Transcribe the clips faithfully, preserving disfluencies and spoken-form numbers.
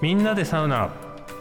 みんなでサウナ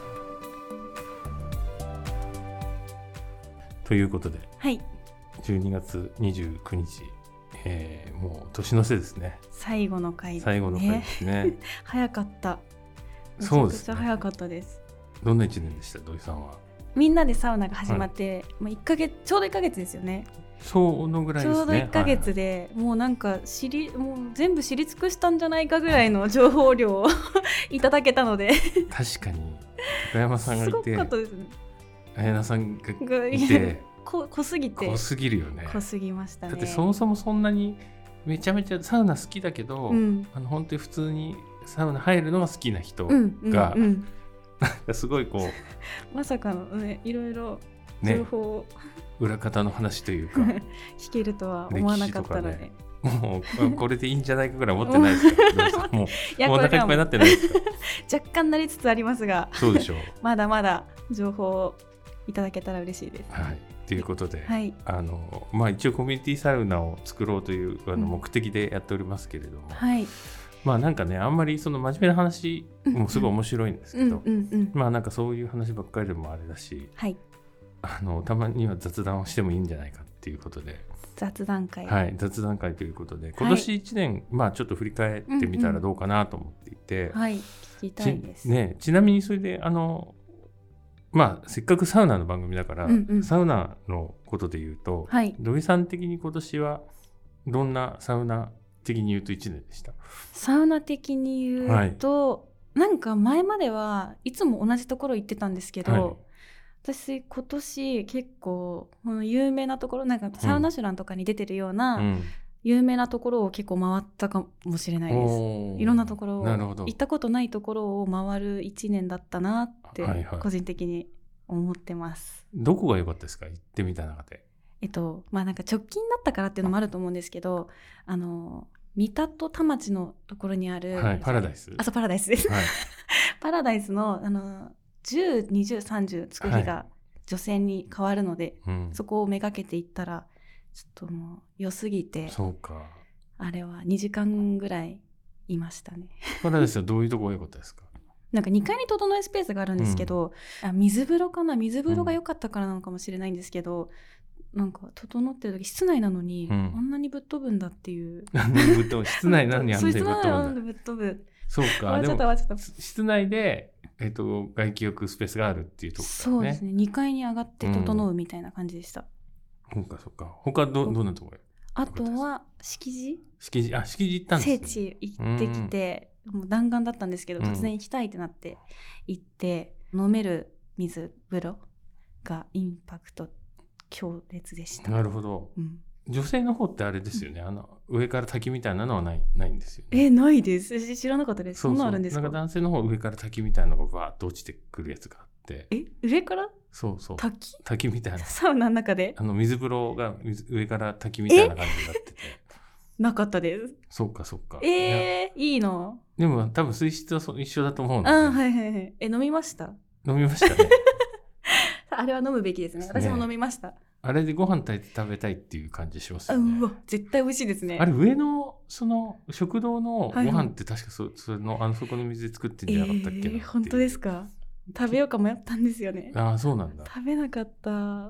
ということで、 はい、 じゅうにがつにじゅうくにち、えー、もう年の瀬ですね。 最後の回ですね。 最後の回ですね早かった。めちゃくちゃ早かったです。 どんないちねんでした土井さんは。 みんなでサウナが始まって、はい、まあ、いっかげつちょうどいっかげつですよね。 そのぐらいですね。 ちょうどいっかげつで、はい、もうなんか知りもう全部知り尽くしたんじゃないかぐらいの情報量をいただけたので確かに高山さんがいて、 すごかったですね。 綾菜さんがいてこ濃すぎて濃すぎるよね。 濃すぎましたね。 だってそもそもそんなにめちゃめちゃサウナ好きだけど、うん、あの本当に普通にサウナ入るのが好きな人が、うんうんうん、なんかすごいこうまさかのね、いろいろ情報を、ね、 裏方の話というか聞けるとは思わなかったので、ね、 もうこれでいいんじゃないかぐらい思ってないですかもういやもうお腹いっぱいになってないですか若干なりつつありますがそうでしょうまだまだ情報をいただけたら嬉しいです。 はい、ということで、 はい、 あのまあ、一応コミュニティサウナを作ろうというあの目的でやっておりますけれども、うん、 はい、 まあなんかねあんまりその真面目な話もすごい面白いんですけど、 うんうんうん、 まあなんかそういう話ばっかりでもあれだし、 はい、 あのたまには雑談をしてもいいんじゃないかっていうことで、 雑談会、 はい、雑談会ということで今年いちねん、はい、まあちょっと振り返ってみたらどうかなと思っていて、 うんうん、はい、聞きたいです。 ち、ね、ちなみにそれであのまあせっかくサウナの番組だから、うんうん、サウナのことで言うと、はい、土井さん的に今年はどんなサウナ的に言うといちねんでした？ サウナ的に言うと、はい、なんか前まではいつも同じところ行ってたんですけど、はい、私今年結構この有名なところなんかサウナシュランとかに出てるような、うん、有名なところを結構回ったかもしれないです。いろんなところを行ったことないところを回るいちねんだったなって個人的に思ってます、 はいはい、どこが良かったですか？行ってみた中で。 えっとまあなんか直近だったからっていうのもあると思うんですけど、あの三田と田町のところにある、 はい、パラダイス。 あ、そうパラダイスです、はい、パラダイスのあのじゅう、にじゅう、さんじゅうつく日が女性に変わるので、はい、そこをめがけていったらちょっともう良すぎて、 そうか、 あれはにじかんぐらいいましたね。 パラダイスはどういうところが良かったですか？ なんかにかいに整えスペースがあるんですけど、うん、あ水風呂かな水風呂が良かったからなのかもしれないんですけど、うん、なんか整ってる時室内なのに、うん、あんなにぶっ飛ぶんだっていう室内なのにあんなにぶっ飛ぶんだ。室内なのにぶっ飛ぶ。そうか、でも室内で、えー、と外気浴スペースがあるっていうところ、ね、 そうですね、にかいに上がって整うみたいな感じでした。 うん、そうかそうか。他 ど, どんなところ？ あとは敷地敷地あ敷地行ったんですね。 聖地行ってきて、もう弾丸だったんですけど、突然行きたいってなって行って、うん、飲める水風呂がインパクト強烈でした。 なるほど、うん、女性の方ってあれですよね、うん、あの上から滝みたいなのはない、ないんですよね。 えないです。知らなかったです。そうそう、そんなあるんですか？ なんか男性の方上から滝みたいなのがバーッと落ちてくるやつがあって。 え上から？ そうそう、 滝? 滝みたいなサウナの中であの水風呂が水上から滝みたいな感じになっててなかったです。 そうかそうか。 えー、いいの？ でも多分水質は一緒だと思うので。 あ、はいはいはい。え飲みました？ 飲みましたねあれは飲むべきですね。私も飲みました。 あれでご飯炊いて食べたいっていう感じしますよね。 うわ絶対美味しいですね。 あれ上のその食堂のご飯って確か そ,、はいはい、そ, のあのそこの水で作ってんじゃなかったっけなっていう、 えー、本当ですか？食べようか迷ったんですよね。 ああそうなんだ。 食べなかった。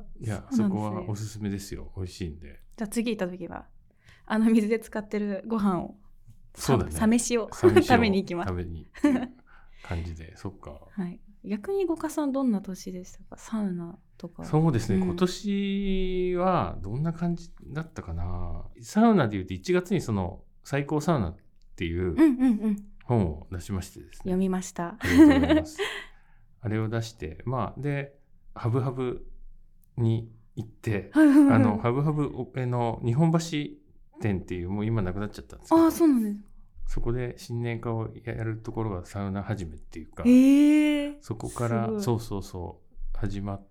いや そ,、ね、そこはおすすめですよ。美味しいんで。 じゃあ次行った時はあの水で使ってるご飯をそうだね、 サ飯を食べに行きます。 食べにっていう感じでそっか、 はい、逆にごかさんどんな年でしたか？サウナとか。 そうですね、うん、今年はどんな感じだったかな。サウナでいうといちがつにその最高サウナっていう本を出しましてですね、 読みました。 ありがとうございますあれを出してまあでハブハブに行ってあのハブハブの日本橋店っていうもう今なくなっちゃったんですけど、 あそうなんです。 そこで新年会をやるところがサウナ始めっていうか、 えー、 そこからそうそうそう始まって、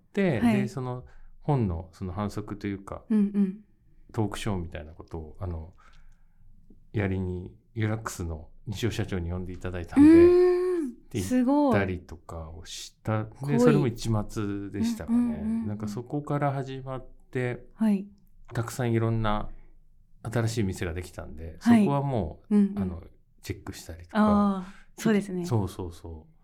はい、でその本のその反則というか、 うんうん、 トークショーみたいなことをあのやりにユラックスの西尾社長に呼んでいただいたんで、 うんで行ったりとかをしたでそれも一末でしたかね、うんうんうん、なんかそこから始まって、はい、たくさんいろんな新しい店ができたんで、はい、そこはもう、うんうん、あのチェックしたりとか。 あそうですね。 そうそうそ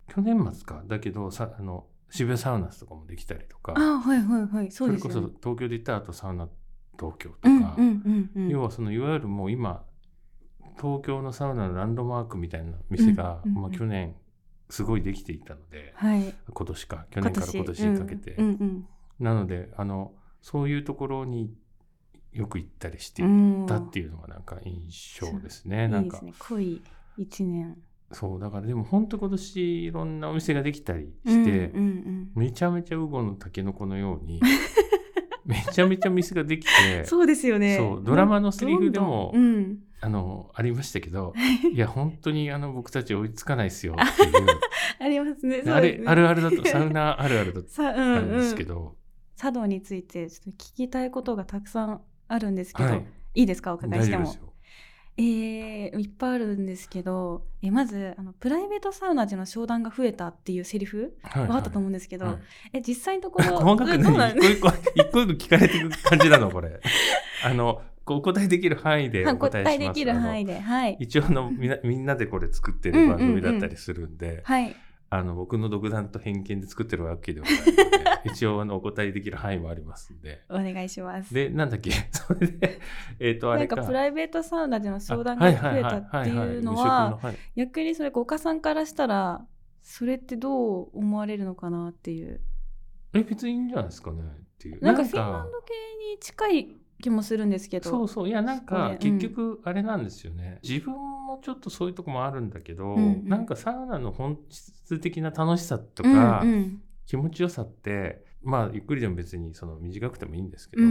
去年末かだけどさあの渋谷サウナスとかもできたりとか、 あ、はいはいはい、そうですよね。 それこそ東京で言ったらあとサウナ東京とか、うんうんうんうん、要はそのいわゆるもう今東京のサウナのランドマークみたいな店が、うんうんうん、まあ、去年すごいできていたので、はい、今年か去年から今年にかけて、うんうんうん、なのであのそういうところによく行ったりしていたっていうのがなんか印象ですね。 うん、 なんかいいですね、濃いいちねん。 そうだからでも本当今年いろんなお店ができたりして、うんうんうん、めちゃめちゃウゴのタケノコのようにめちゃめちゃ店ができてそうですよね。 そうドラマのセリフでもどんどん、うん、あのありましたけどいや本当にあの僕たち追いつかないですよっていうありますね。 あれあるあるだとサウナあるあるだったんですけど、うんうん、 茶道についてちょっと聞きたいことがたくさんあるんですけど、はい、いいですかお伺いしても。大丈夫ですよ。えー、いっぱいあるんですけど、えまずあのプライベートサウナでの商談が増えたっていうセリフがあったと思うんですけど、はいはい、え実際のところ細かく何一個一個一個一個聞かれていく感じなのこれあのお答えできる範囲でお答えします。お答えできる範囲で、はい、一応あのみんなみんなでこれ作ってる番組だったりするんで、うんうんうん、はい、あの僕の独断と偏見で作ってるわけではないので一応あのお答えできる範囲もありますんでお願いします。 でなんだっけそれでえっとあれかなんかプライベートサウナでの相談が増えたっていうのは逆にそれ岡さんからしたらそれってどう思われるのかなっていう。 え別にいいんじゃないですかねっていう。 なんかフィンランド系に近い気もするんですけど。 そうそういやなんか結局あれなんですよね、うん、自分もちょっとそういうとこもあるんだけど、うんうん、なんかサウナの本質的な楽しさとか、うんうん、気持ちよさってまあゆっくりでも別にその短くてもいいんですけど、うんうん、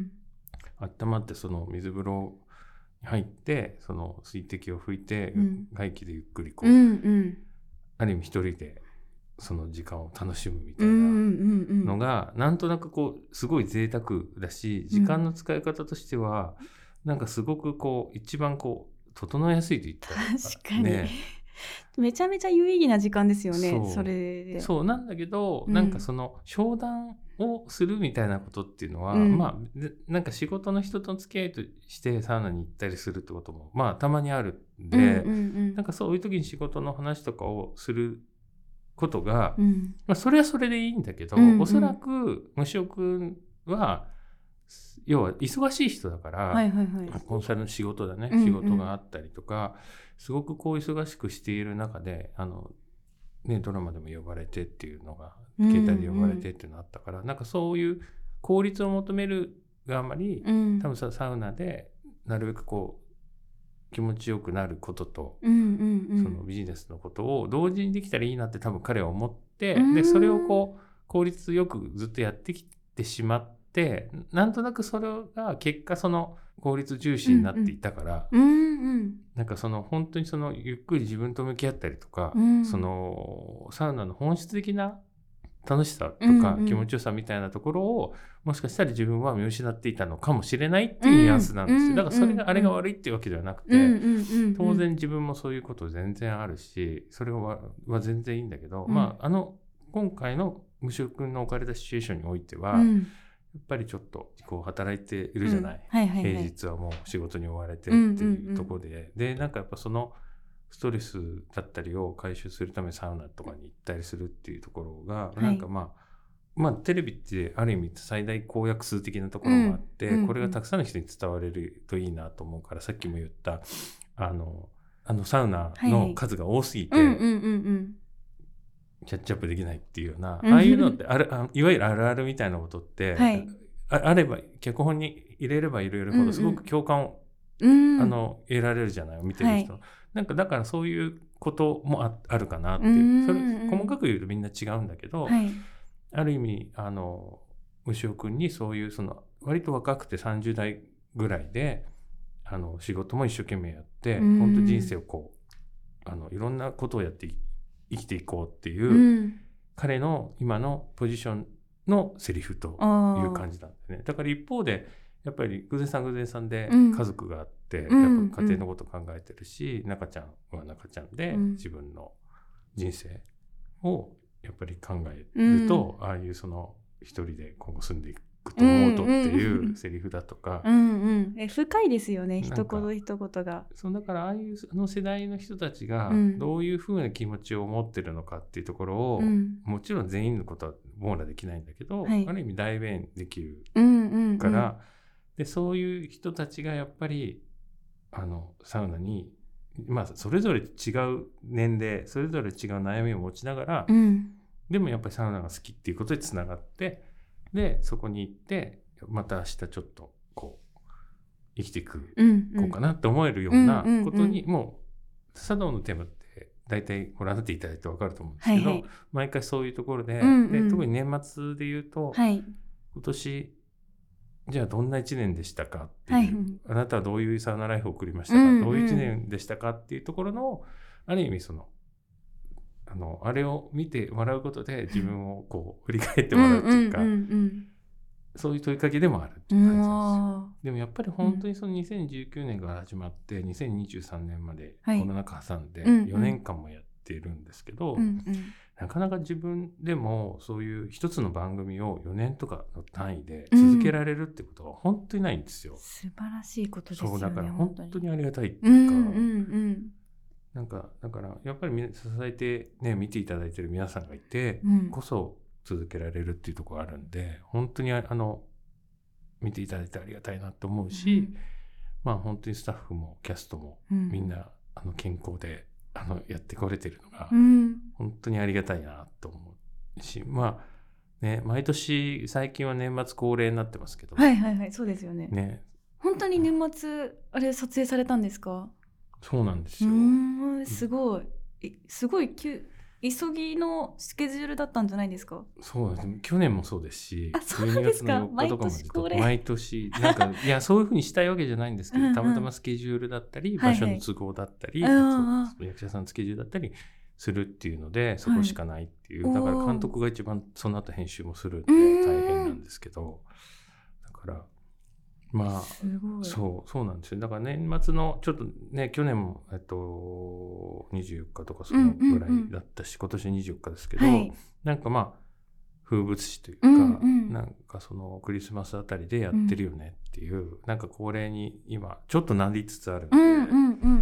温まってその水風呂に入ってその水滴を拭いて、うん、外気でゆっくりこう、うんうん、ある意味一人でその時間を楽しむみたいなのがなんとなくこうすごい贅沢だし時間の使い方としてはなんかすごくこう一番こう整えやすいと言ったら、ね、 確かにめちゃめちゃ有意義な時間ですよね。そう、それでそうなんだけど、うん、なんかその商談をするみたいなことっていうのは、うん、まあなんか仕事の人との付き合いとしてサウナに行ったりするってこともまあたまにあるんで、うんうんうん、なんかそういう時に仕事の話とかをすることが、うんまあ、それはそれでいいんだけど、うんうん、おそらく虫尾くんは要は忙しい人だから、はいはいはい、コンサルの仕事だね、うんうん、仕事があったりとかすごくこう忙しくしている中であの、ね、ドラマでも呼ばれてっていうのが携帯で呼ばれてっていうのがあったから、うんうん、なんかそういう効率を求めるがあまり、うん、多分さサウナでなるべくこう気持ちよくなることと、うんうんうん、そのビジネスのことを同時にできたらいいなって多分彼は思って、うん、でそれをこう効率よくずっとやってきてしまってなんとなくそれが結果その効率重視になっていたから、うんうん、なんかその本当にそのゆっくり自分と向き合ったりとか、うん、そのサウナの本質的な楽しさとか気持ちよさみたいなところをもしかしたら自分は見失っていたのかもしれないっていうニュアンスなんですよ。だからそれがあれが悪いっていうわけではなくて、当然自分もそういうこと全然あるしそれは全然いいんだけど、うん、まああの今回の虫尾くんの置かれたシチュエーションにおいては、うん、やっぱりちょっとこう働いているじゃない、うんはいはいはい、平日はもう仕事に追われてっていうところで、うんうんうん、でなんかやっぱそのストレスだったりを解消するためサウナとかに行ったりするっていうところが、はい、なんかまあまあテレビってある意味最大公約数的なところもあって、うん、これがたくさんの人に伝われるといいなと思うから、さっきも言ったあのあのサウナの数が多すぎてキャッチアップできないっていうような、ああいうのってあるあいわゆるあるあるみたいなことって、はい、あ, あれば脚本に入れれば入れるほどすごく共感を、うんうん、あの得られるじゃない見てる人、はい、なんかだからそういうことも あ, あるかなっていう、それ細かく言うとみんな違うんだけど、はい、ある意味あの牛尾くんにそういうその割と若くてさんじゅう代ぐらいであの仕事も一生懸命やって本当人生をこうあのいろんなことをやって生きていこうっていう、うん、彼の今のポジションのセリフという感じなんですね。だから一方でやっぱり偶然さん偶然さんで家族があって、うん、やっぱ家庭のこと考えてるし、うん、中ちゃんは中ちゃんで自分の人生をやっぱり考えると、うん、ああいうその一人で今後住んでいくくと思うとっていうセリフだとか、 うんうん、え深いですよね、一言一言が。 そうだからああいうあの世代の人たちがどういうふうな気持ちを持ってるのかっていうところを、うん、もちろん全員のことは網羅できないんだけど、はい、ある意味代弁できるから、うんうんうん、でそういう人たちがやっぱりあのサウナに、まあ、それぞれ違う年齢それぞれ違う悩みを持ちながら、うん、でもやっぱりサウナが好きっていうことでつながって、でそこに行ってまた明日ちょっとこう生きていくこうかなって思えるようなことに、うんうんうん、もう茶道のテーマって大体ご覧になっていただいて分かると思うんですけど、はいはい、毎回そういうところで、うんうん、で特に年末で言うと、はい、今年じゃあどんないちねんでしたかっていう、はい、あなたはどういうサウナライフを送りましたか、うんうん、どういういちねんでしたかっていうところのある意味そのあのあれを見てもらうことで自分をこう振り返ってもらうっていうか、うんうんうんうん、そういう問いかけでもあるっていう感じなんですよ。でもやっぱり本当にそのにせんじゅうきゅうねんから始まってにせんにじゅうさんねんまでコロナ禍挟んでよねんかんもやっているんですけど、うんうん、なかなか自分でもそういう一つの番組をよねんとかの単位で続けられるってことは本当にないんですよ、うん、 素晴らしいことですよね。 そうだから本当にありがたいっていうか、 うんうんうんなんかだからやっぱり支えてね見ていただいてる皆さんがいてこそ続けられるっていうところがあるんで、うん、本当にあの見ていただいてありがたいなと思うし、うん、まあ本当にスタッフもキャストもみんな、うん、あの健康であのやってこれてるのが本当にありがたいなと思うし、まあね毎年最近は年末恒例になってますけど、 はいはいはいそうですよね。ね本当に年末あれ撮影されたんですか？ そうなんですよ。 うーんすごいすごい急ぎのスケジュールだったんじゃないですか？ そうですね。去年もそうですし、 あそうなんですか。 じゅうにがつのよっかとかもずっと毎年なんかいやそういうふうにしたいわけじゃないんですけど、うんうん、たまたまスケジュールだったり場所の都合だったり、はいはい、役者さんのスケジュールだったりするっていうのでそこしかないっていう、はい、だから監督が一番その後編集もするんで大変なんですけど、だからまあそうそうなんですよ。だから年末のちょっとね去年もえっとにじゅうよっかとかそのぐらいだったし、うんうんうん、今年にじゅうよっかですけど、はい、なんかまあ風物詩というか、うんうん、なんかそのクリスマスあたりでやってるよねっていう、うん、なんか恒例に今ちょっとなりつつあるんで、うんうんうん、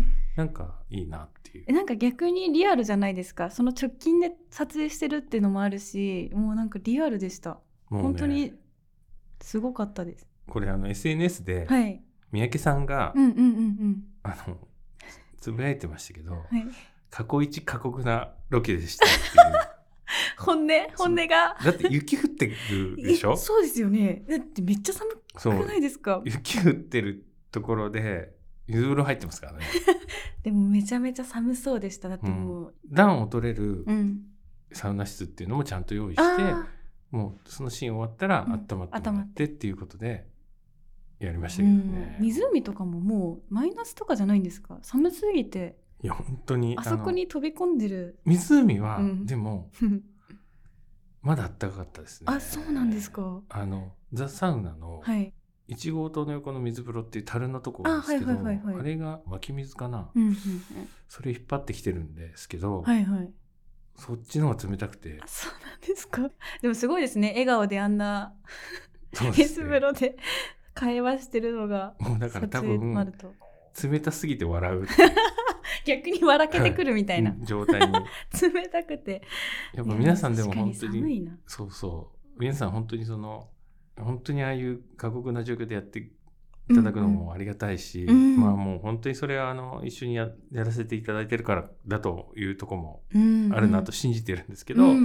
なんかいいなっていう。 なんか逆にリアルじゃないですか。その直近で撮影してるっていうのもあるし、もうなんかリアルでした。もうね、本当にすごかったです。 これあの エスエヌエス で三宅さんが、 うんうんうんうん、 あのつぶやいてましたけど、はい、過去一過酷なロケでしたっていう本音本音がだって雪降ってるでしょそうですよね。だってめっちゃ寒くないですか？ 雪降ってるところで水風呂入ってますからねでもめちゃめちゃ寒そうでした。だってもう、 うん、暖を取れるサウナ室っていうのもちゃんと用意して、うん、もうそのシーン終わったら温まってもらってっていうことでやりましたけどね、 うん、湖とかももうマイナスとかじゃないんですか？寒すぎて。 いや本当にあそこに飛び込んでる湖は、うん、でもまだ暖かかったですね。 あそうなんですか。 あのザ・サウナのいち号棟の横の水風呂っていう樽のところですけど、 あ,、はいはいはいはい、あれが湧き水かな、うんうんうん、それ引っ張ってきてるんですけど、 はいはい、 そっちの方が冷たくて。 あそうなんですか。でもすごいですね、笑顔であんな水風呂で会話してるのがもうだから多分冷たすぎて笑う逆に笑けてくるみたいな、 はい、状態に冷たくてやっぱ皆さんでも本当にそうそう皆さん本当にその本当にああいう過酷な状況でやっていただくのもありがたいし、うんうん、まあもう本当にそれはあの一緒に や, やらせていただいてるからだというところもあるなと信じてるんですけど、うんうん、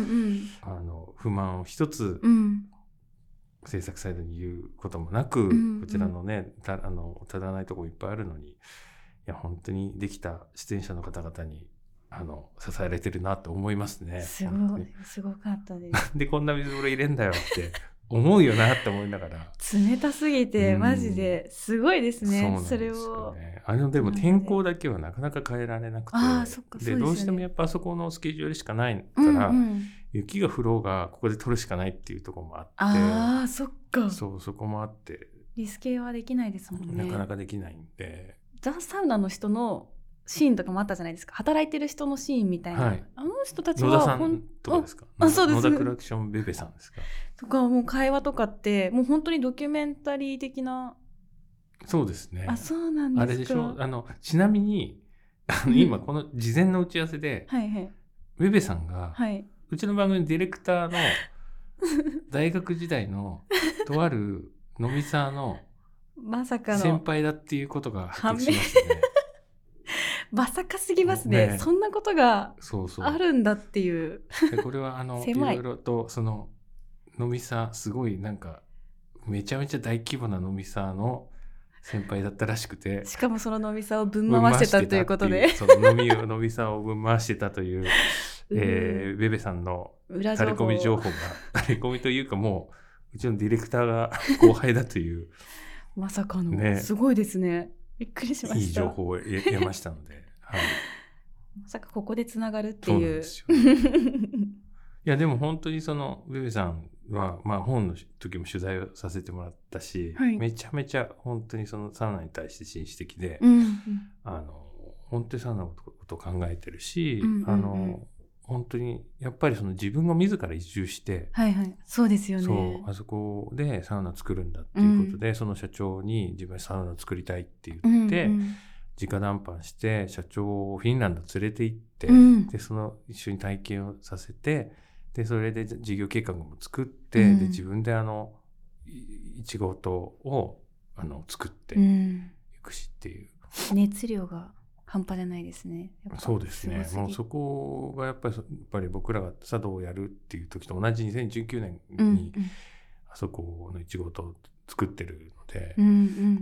あの不満を一つ、うん制作サイドに言うこともなく、うんうん、こちらのねたあの足らないところいっぱいあるのに、いや本当にできた出演者の方々にあの支えられてるなと思いますね。 すごいすごかったです。 なんでこんな水風呂入れんだよって思うよなって思いながら冷たすぎてマジですごいですね、うん、それをあのでも天候だけはなかなか変えられなくて、あそっかそうですよね、でどうしてもやっぱあそこのスケジュールしかないから、うんうん、雪が降ろうがここで撮るしかないっていうところもあって、 あそっかそうそこもあってリスケはできないですもんね。 なかなかできないんで、 ザ・サウナの人のシーンとかもあったじゃないですか。働いてる人のシーンみたいな、はい、あの人たちは野田さんとかですか。 ああそうです。 野田クラクションベベさんですか。 とかもう会話とかってもう本当にドキュメンタリー的な。 そうですね。 あ、そうなんですか。 あれでしょ。あのちなみにあの今この事前の打ち合わせで、 はいはい、 ベベさんが、 はい、 うちの番組のディレクターの大学時代のとある飲みサーのまさかの先輩だっていうことが発覚しましたね。 まさかすぎます ね, ねそんなことがあるんだっていう。 そうそうでこれはあのいろいろとその飲みサーすごいなんかめちゃめちゃ大規模な飲みサーの先輩だったらしくて、 しかもその飲みサーをぶん回してたということで、 その飲み飲みサーをぶん回してたという、えー、ベベさんのタレコミ情報がタレコミというかもううちのディレクターが後輩だというまさかの、ね、すごいですね。びっくりしました。 いい情報を得ましたので、はい、 まさかここでつながるっていう。 そうなんですよ、ね、いやでも本当にそのベベさんは、まあ、本の時も取材をさせてもらったし、はい、めちゃめちゃ本当にそのサウナに対して紳士的で、うんうん、あの本当にサウナのことを考えてるし、うんうんうん、あの本当にやっぱりその自分が自ら移住して、 はいはい、そうですよね。 そうあそこでサウナ作るんだっていうことで、うん、その社長に自分サウナ作りたいって言って、うんうん、直談判して社長をフィンランド連れて行って、うん、でその一緒に体験をさせて、でそれで事業計画も作って、うん、で自分であのいち号棟をあの作っていくしっていう、 うん、熱量が半端じゃないですね。 やっぱそうですね。もうそこがやっぱりやっぱり僕らが茶道をやるっていう時と同じにせんじゅうきゅうねんにあそこのいち号棟を作ってるので、うんうんうん、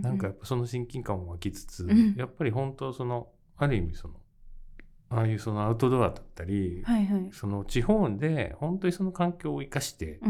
なんかやっぱその親近感も湧きつつ、うん、やっぱり本当そのある意味そのああいうそのアウトドアだったり、はいはい、その地方で本当にその環境を生かして、うん、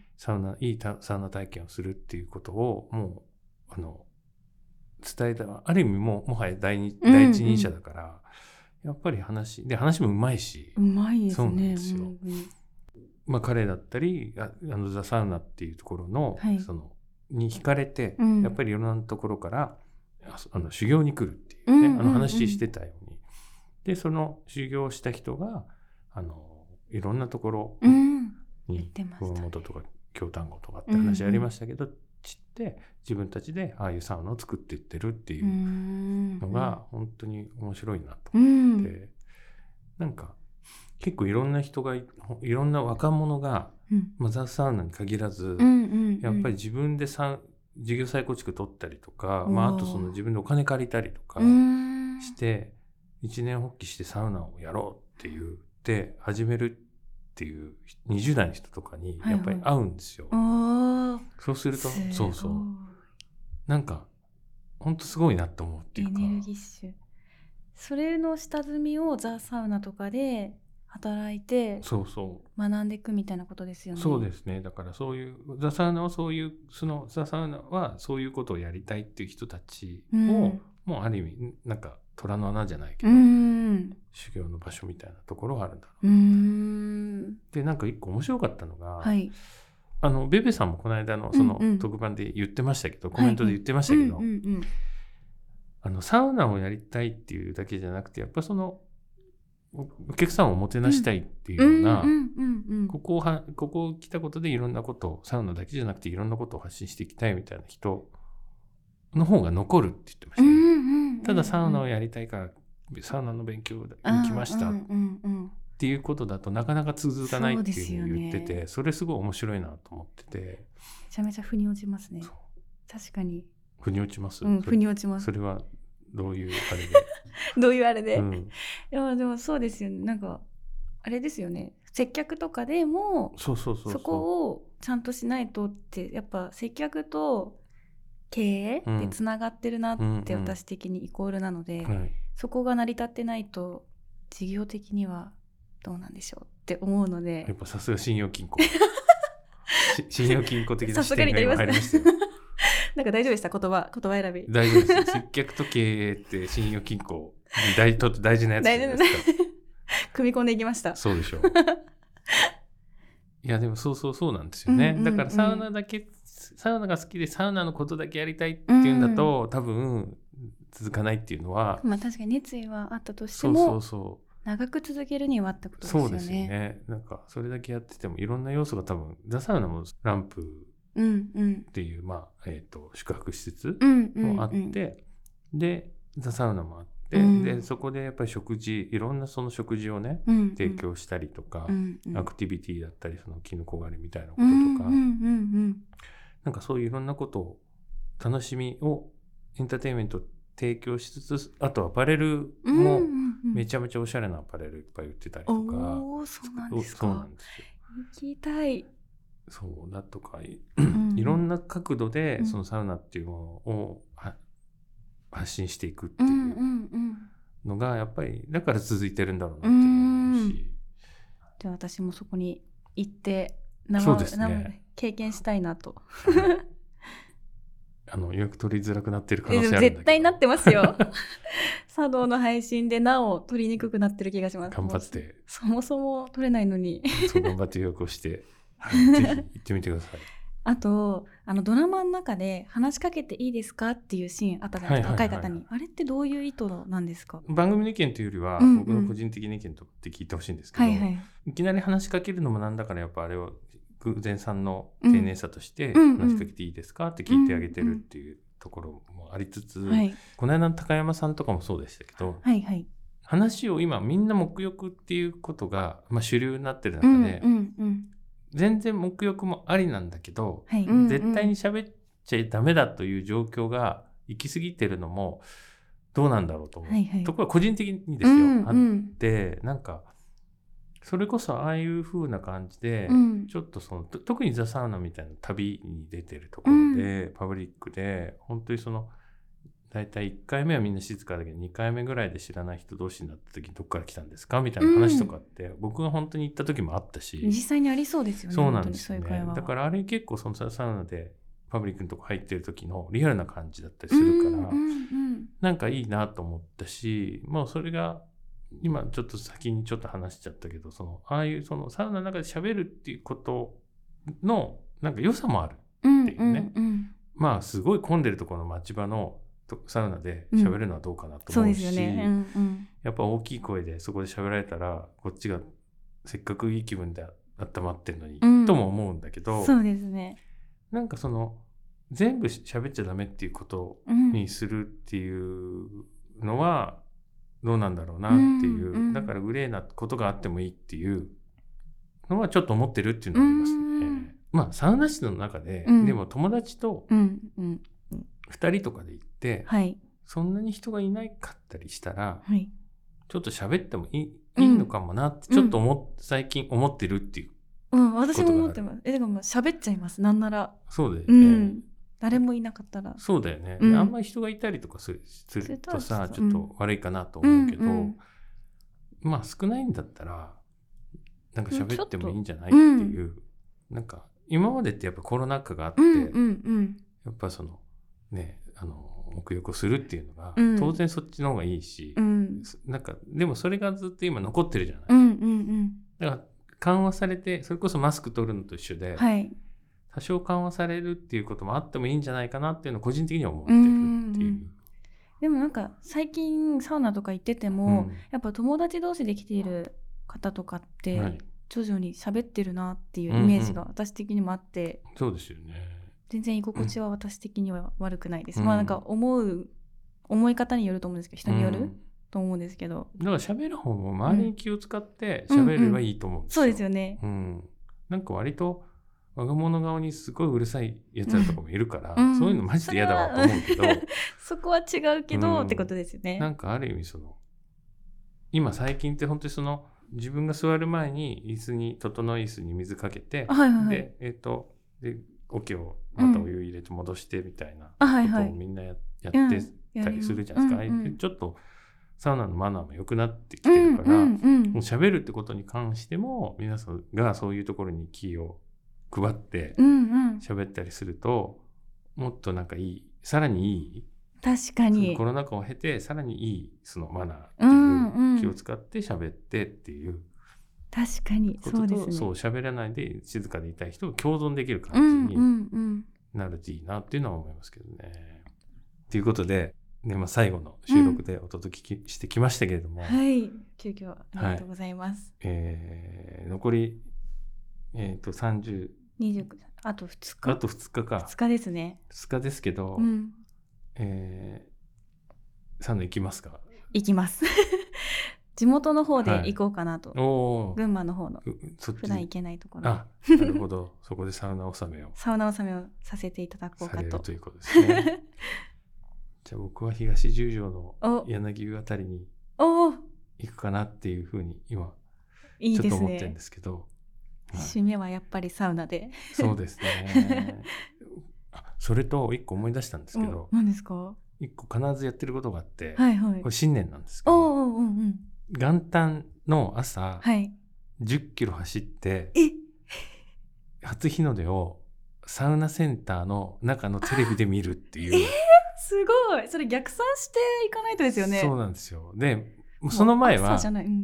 サウナいいサウナ体験をするっていうことをもうあの伝えた、ある意味ももはや 第, 二第一人者だから、うんうん、やっぱり話で話もうまいし、 うまいですね。 そうなんですよ、うんうん、まあ、彼だったりああのザ・サウナっていうところの、はい、そのに惹かれて、うん、やっぱりいろんなところからあの修行に来るっていうね、うんうんうん、あの話してたように、でその修行した人があのいろんなところに熊本とか京丹後とかって話ありましたけど、うんうん、知って自分たちでああいうサウナを作っていってるっていうのが本当に面白いなと思って、うん、なんか結構いろんな人がいろんな若者が、うんまあ、ザ・サウナに限らず、うんうんうん、やっぱり自分でサ事業再構築取ったりとか、まあ、あとその自分でお金借りたりとかして一年発起してサウナをやろうって言って始めるっていうにじゅう代の人とかにやっぱり合うんですよ、はいはい、そうするとそうそうなんか本当すごいなと思うっていうか、 エネルギッシュ、それの下積みをザ・サウナとかで働いてそうそう学んでいくみたいなことですよね。 そうですね。だからそういうザ・サウナはそういうそのザ・サウナはそういうことをやりたいっていう人たちを、うん、もうある意味なんか虎の穴じゃないけど、うん、修行の場所みたいなところがあるんだろうな、うん、でなんか一個面白かったのが、はい、あのベベさんもこの間のその特番で言ってましたけど、うんうん、コメントで言ってましたけど、はいはいうんうんうん、あのサウナをやりたいっていうだけじゃなくてやっぱそのお客さんをもてなしたいっていうような、ここをはここ来たことでいろんなことをサウナだけじゃなくていろんなことを発信していきたいみたいな人の方が残るって言ってましたね、うんうんうんうん、ただサウナをやりたいからサウナの勉強に来ましたっていうことだとなかなか続かないっていうふうに言ってて、 そ, ね、それすごい面白いなと思ってて、めちゃめちゃ腑に落ちますね。確かに腑に落ちます、 うん、腑に落ちます。 それはどういうあれでどういうあれで、うん、いやでもそうですよね。なんかあれですよね、接客とかでもそうそうそうそう、 そこをちゃんとしないとってやっぱ接客と経営でつながってるなって私的にイコールなので、うんうんはい、そこが成り立ってないと事業的にはどうなんでしょうって思うので、 やっぱさすが信用金庫信用金庫的な視点が今入りましたよなんか大丈夫でした？言葉言葉選び大丈夫です。接客と経営って信用金庫に大と大事なやつじゃないですか組み込んでいきました。 そうでしょういやでもそうそうそうなんですよね、うんうんうん、だからサウナだけサウナが好きでサウナのことだけやりたいっていうんだと、うん、多分続かないっていうのは、 まあ確かに熱意はあったとしても、そうそうそう長く続けるにはってことですよね。 そうですよね。なんかそれだけやっててもいろんな要素が多分ザ・サウナもランプっていう、うんうん、まあえー、と宿泊施設もあって、うんうんうん、でザ・サウナもあって、うん、でそこでやっぱり食事いろんなその食事をね、うんうん、提供したりとか、うんうん、アクティビティだったりそのキノコ狩りみたいなこととか、うんうんうんうん、なんかそういういろんなことを楽しみをエンターテインメント提供しつつ、あとアパレルもめちゃめちゃおしゃれなアパレルいっぱい売ってたりとか、 うんうん、おーそうなんですか。 そうなんですよ。 行きたい。 そうだとか、うん、いろんな角度でそのサウナっていうものを発信していくっていうのがやっぱりだから続いてるんだろうなって思うし、 じゃあ私もそこに行って生、そうですね、経験したいなと。 あの予約取りづらくなってる可能性あるんだけど、 絶対なってますよ。茶道の配信でなお取りにくくなってる気がします。 頑張ってそもそも取れないのにそう頑張って予約をして、はい、ぜひ行ってみてください。 あとあのドラマの中で話しかけていいですかっていうシーンあったじゃないですか、はいはいはいはい、若い方に。あれってどういう意図なんですか？ 番組の意見というよりは、うんうん、僕の個人的な意見とって聞いてほしいんですけど、はいはい、いきなり話しかけるのもなんだからやっぱあれを偶然さんの丁寧さとして話しかけていいですかって聞いてあげてるっていうところもありつつ、うんうんはい、この間の高山さんとかもそうでしたけど、はいはい、話を今みんな沐浴っていうことが、まあ、主流になってる中で、うんうんうん、全然沐浴もありなんだけど、はい、絶対に喋っちゃダメだという状況が行き過ぎてるのもどうなんだろうと思う、はいはい、ところが個人的にですよ、うんうん、あってなんかそれこそああいう風な感じで、うん、ちょっとその特にザ・サウナみたいな旅に出てるところで、うん、パブリックで本当にそのだいたいいっかいめはみんな静かだけどにかいめぐらいで知らない人同士になった時にどっから来たんですかみたいな話とかって、うん、僕が本当に行った時もあったし、 実際にありそうですよね。 そうなんですよね。だからあれ結構そのザ・サウナでパブリックのとこ入ってる時のリアルな感じだったりするから、うんうんうん、なんかいいなと思ったし、もうそれが今ちょっと先にちょっと話しちゃったけど、そのああいうそのサウナの中で喋るっていうことのなんか良さもあるっていうね、うんうんうん、まあすごい混んでるところの町場のサウナで喋るのはどうかなと思うし、うん、そうですよね、うんうん、やっぱ大きい声でそこで喋られたらこっちがせっかくいい気分で温まってるのに、うん、とも思うんだけど、 そうですね、 なんかその全部喋っちゃダメっていうことにするっていうのは、うんどうなんだろうなっていう、うんうん、だからグレーなことがあってもいいっていうのはちょっと思ってるっていうのはありますね、うん、まあサウナ室の中で、うん、でも友達とふたりとかで行って、うんうん、そんなに人がいないかったりしたら、はい、ちょっと喋ってもいい、いいのかもなってちょっと思っ、うん、最近思ってるっていうことがある、 うん、私も思ってます。えでも喋っちゃいます。なんならそうだよね、うん誰もいなかったらそうだよね、うん、あんまり人がいたりとかする、するとさちょっと悪いかなと思うけど、うんうん、まあ少ないんだったらなんか喋ってもいいんじゃないっていう、うん、なんか今までってやっぱコロナ禍があって、うんうんうん、やっぱそのねあの沐浴をするっていうのが、うん、当然そっちの方がいいし、うん、なんかでもそれがずっと今残ってるじゃない、うんうんうん、だから緩和されてそれこそマスク取るのと一緒で、はい多少緩和されるっていうこともあってもいいんじゃないかなっていうのを個人的には思ってるっていう。 でもなんか最近サウナとか行ってても、うん、やっぱ友達同士で来ている方とかって徐々に喋ってるなっていうイメージが私的にもあって、 うんうん、そうですよね。 全然居心地は私的には悪くないです、うん、まあなんか思う思い方によると思うんですけど人による、うん、と思うんですけど、 だから喋る方も周りに気を使って喋ればいいと思うんですよ、 うんうん、そうですよね、 うん、なんか割と我が物顔にすごいうるさいやつらとかもいるから、うん、そういうのマジで嫌だわと思うけどそこは違うけど、うん、ってことですよね。 なんかある意味その今最近って本当にその自分が座る前に椅子に整い椅子に水かけて、はいはいはい、でえっ、ー、とで桶をまたお湯入れて戻してみたいなことをみんな や,、うん、やってたりするじゃないですか、うんうん、ちょっとサウナのマナーも良くなってきてるから、うんうんうん、もう喋るってことに関しても皆さんがそういうところに気を配って喋ったりすると、うんうん、もっとなんかいいさらにいい確かにコロナ禍を経てさらにいいそのマナーっていう気を使って喋ってっていう、うんうん、 確かにそうですね。 そう喋らないで静かでいたい人が共存できる感じになるといいなっていうのは思いますけどね、うんうんうん、ということでで、まあ、最後の収録でお届けしてきましたけれども、 うん、はい急遽ありがとうございます、 はい、えー、残り、えー、とさんじゅう、 にじゅうあとふつかあとふつかかふつかですね。 ふつかですけど、 うん、 えー、サウナ行きますか？ 行きます地元の方で行こうかなと、はい、お群馬の方の普段行けないところ、 あ、なるほどそこでサウナ納めをサウナ納めをさせていただこうかとされるということですねじゃあ僕は東十条の柳生あたりに行くかなっていうふうに今ちょっと思ってるんですけど、 いいですね、はい、締めはやっぱりサウナでそうですねあ、それと一個思い出したんですけど、 何ですか？ 一個必ずやってることがあって、 はいはい、 これ新年なんですけど、 おうおう、うん、 元旦の朝、はい、じゅっキロ走って初日の出をサウナセンターの中のテレビで見るっていう。 えー、すごい。それ逆算していかないとですよね。 そうなんですよ。でその前は、うん、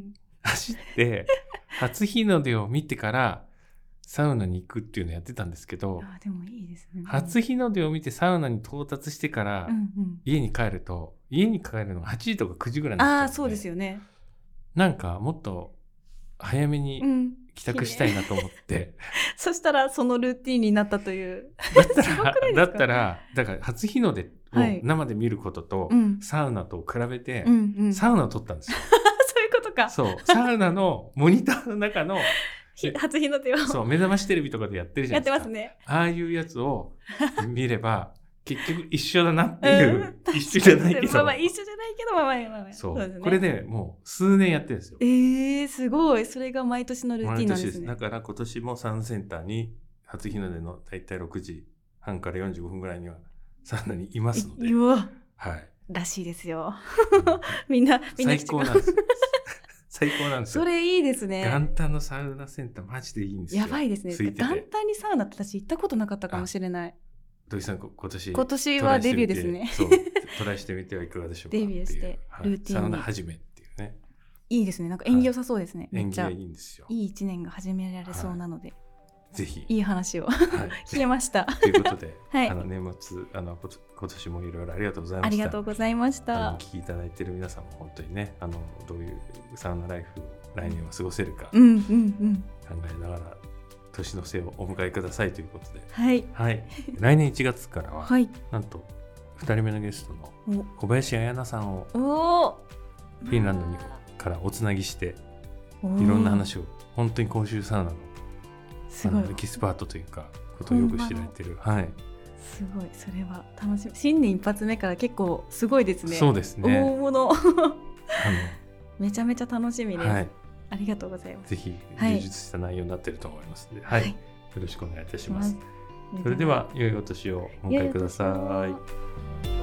走って初日の出を見てからサウナに行くっていうのをやってたんですけど、 あ、でもいいですね、 初日の出を見てサウナに到達してから家に帰ると、うんうん、家に帰るのがはちじとかくじぐらいになっちゃうので、 あ、そうですよね。 なんかもっと早めに帰宅したいなと思って、うん、 そしたらそのルーティンになったというだったらだったらだから初日の出を生で見ることと、はい、サウナと比べて、うんうん、サウナを撮ったんですよそういうことか。 そうサウナのモニターの中の初日の出をそう目覚ましテレビとかでやってるじゃないですか。 やってますね。 ああいうやつを見れば結局一緒だなっていう、うん、一緒じゃないけどまあまあ一緒じゃないけどまあまあまあまあそう、そうですね、これでもう数年やってるんですよ。 えー、すごい。それが毎年のルーティンなんですね。 だから今年もサウナセンターに初日の出のだいたいろくじはんからよんじゅうごふんぐらいにはサウナにいますので、 うわ、 はい、 らしいですよみんなみんな最高なんです最高なんですよ。 それいいですね。 元旦のサウナセンターマジでいいんですよ。 やばいですね。元旦にサウナって私行ったことなかったかもしれない。 土井さん今年今年はデビューですね。 そうトライしてみてはいかがでしょうか。 デビューしてルーティンに、 はい、サウナ始めっていうね。 いいですね。なんか縁起良さそうですね。 はい、縁起がいいんですよ。 いい一年が始められそうなので、はい、 ぜひいい話を、はい、聞けました。 ということで、 はい、 あの年末あの今年もいろいろありがとうございました。 ありがとうございました。 お聞きいただいている皆さんも本当にね、あのどういうサウナライフを来年は過ごせるか考えながら年の瀬をお迎えくださいということで、 はいはい、来年いちがつからは、 はい、 なんとふたりめのゲストの小林彩菜さんをフィンランドにからおつなぎしていろんな話を本当に公衆サウナのすごいエキスパートというかことをよく知られてる、はい、 すごい。それは楽しみ。新年一発目から結構すごいですね。 そうですね。 大物あのめちゃめちゃ楽しみです、はい、ありがとうございます。 ぜひ充実した内容になっていると思いますので、はいはい、よろしくお願いいたします。それでは良いお年をお迎えください。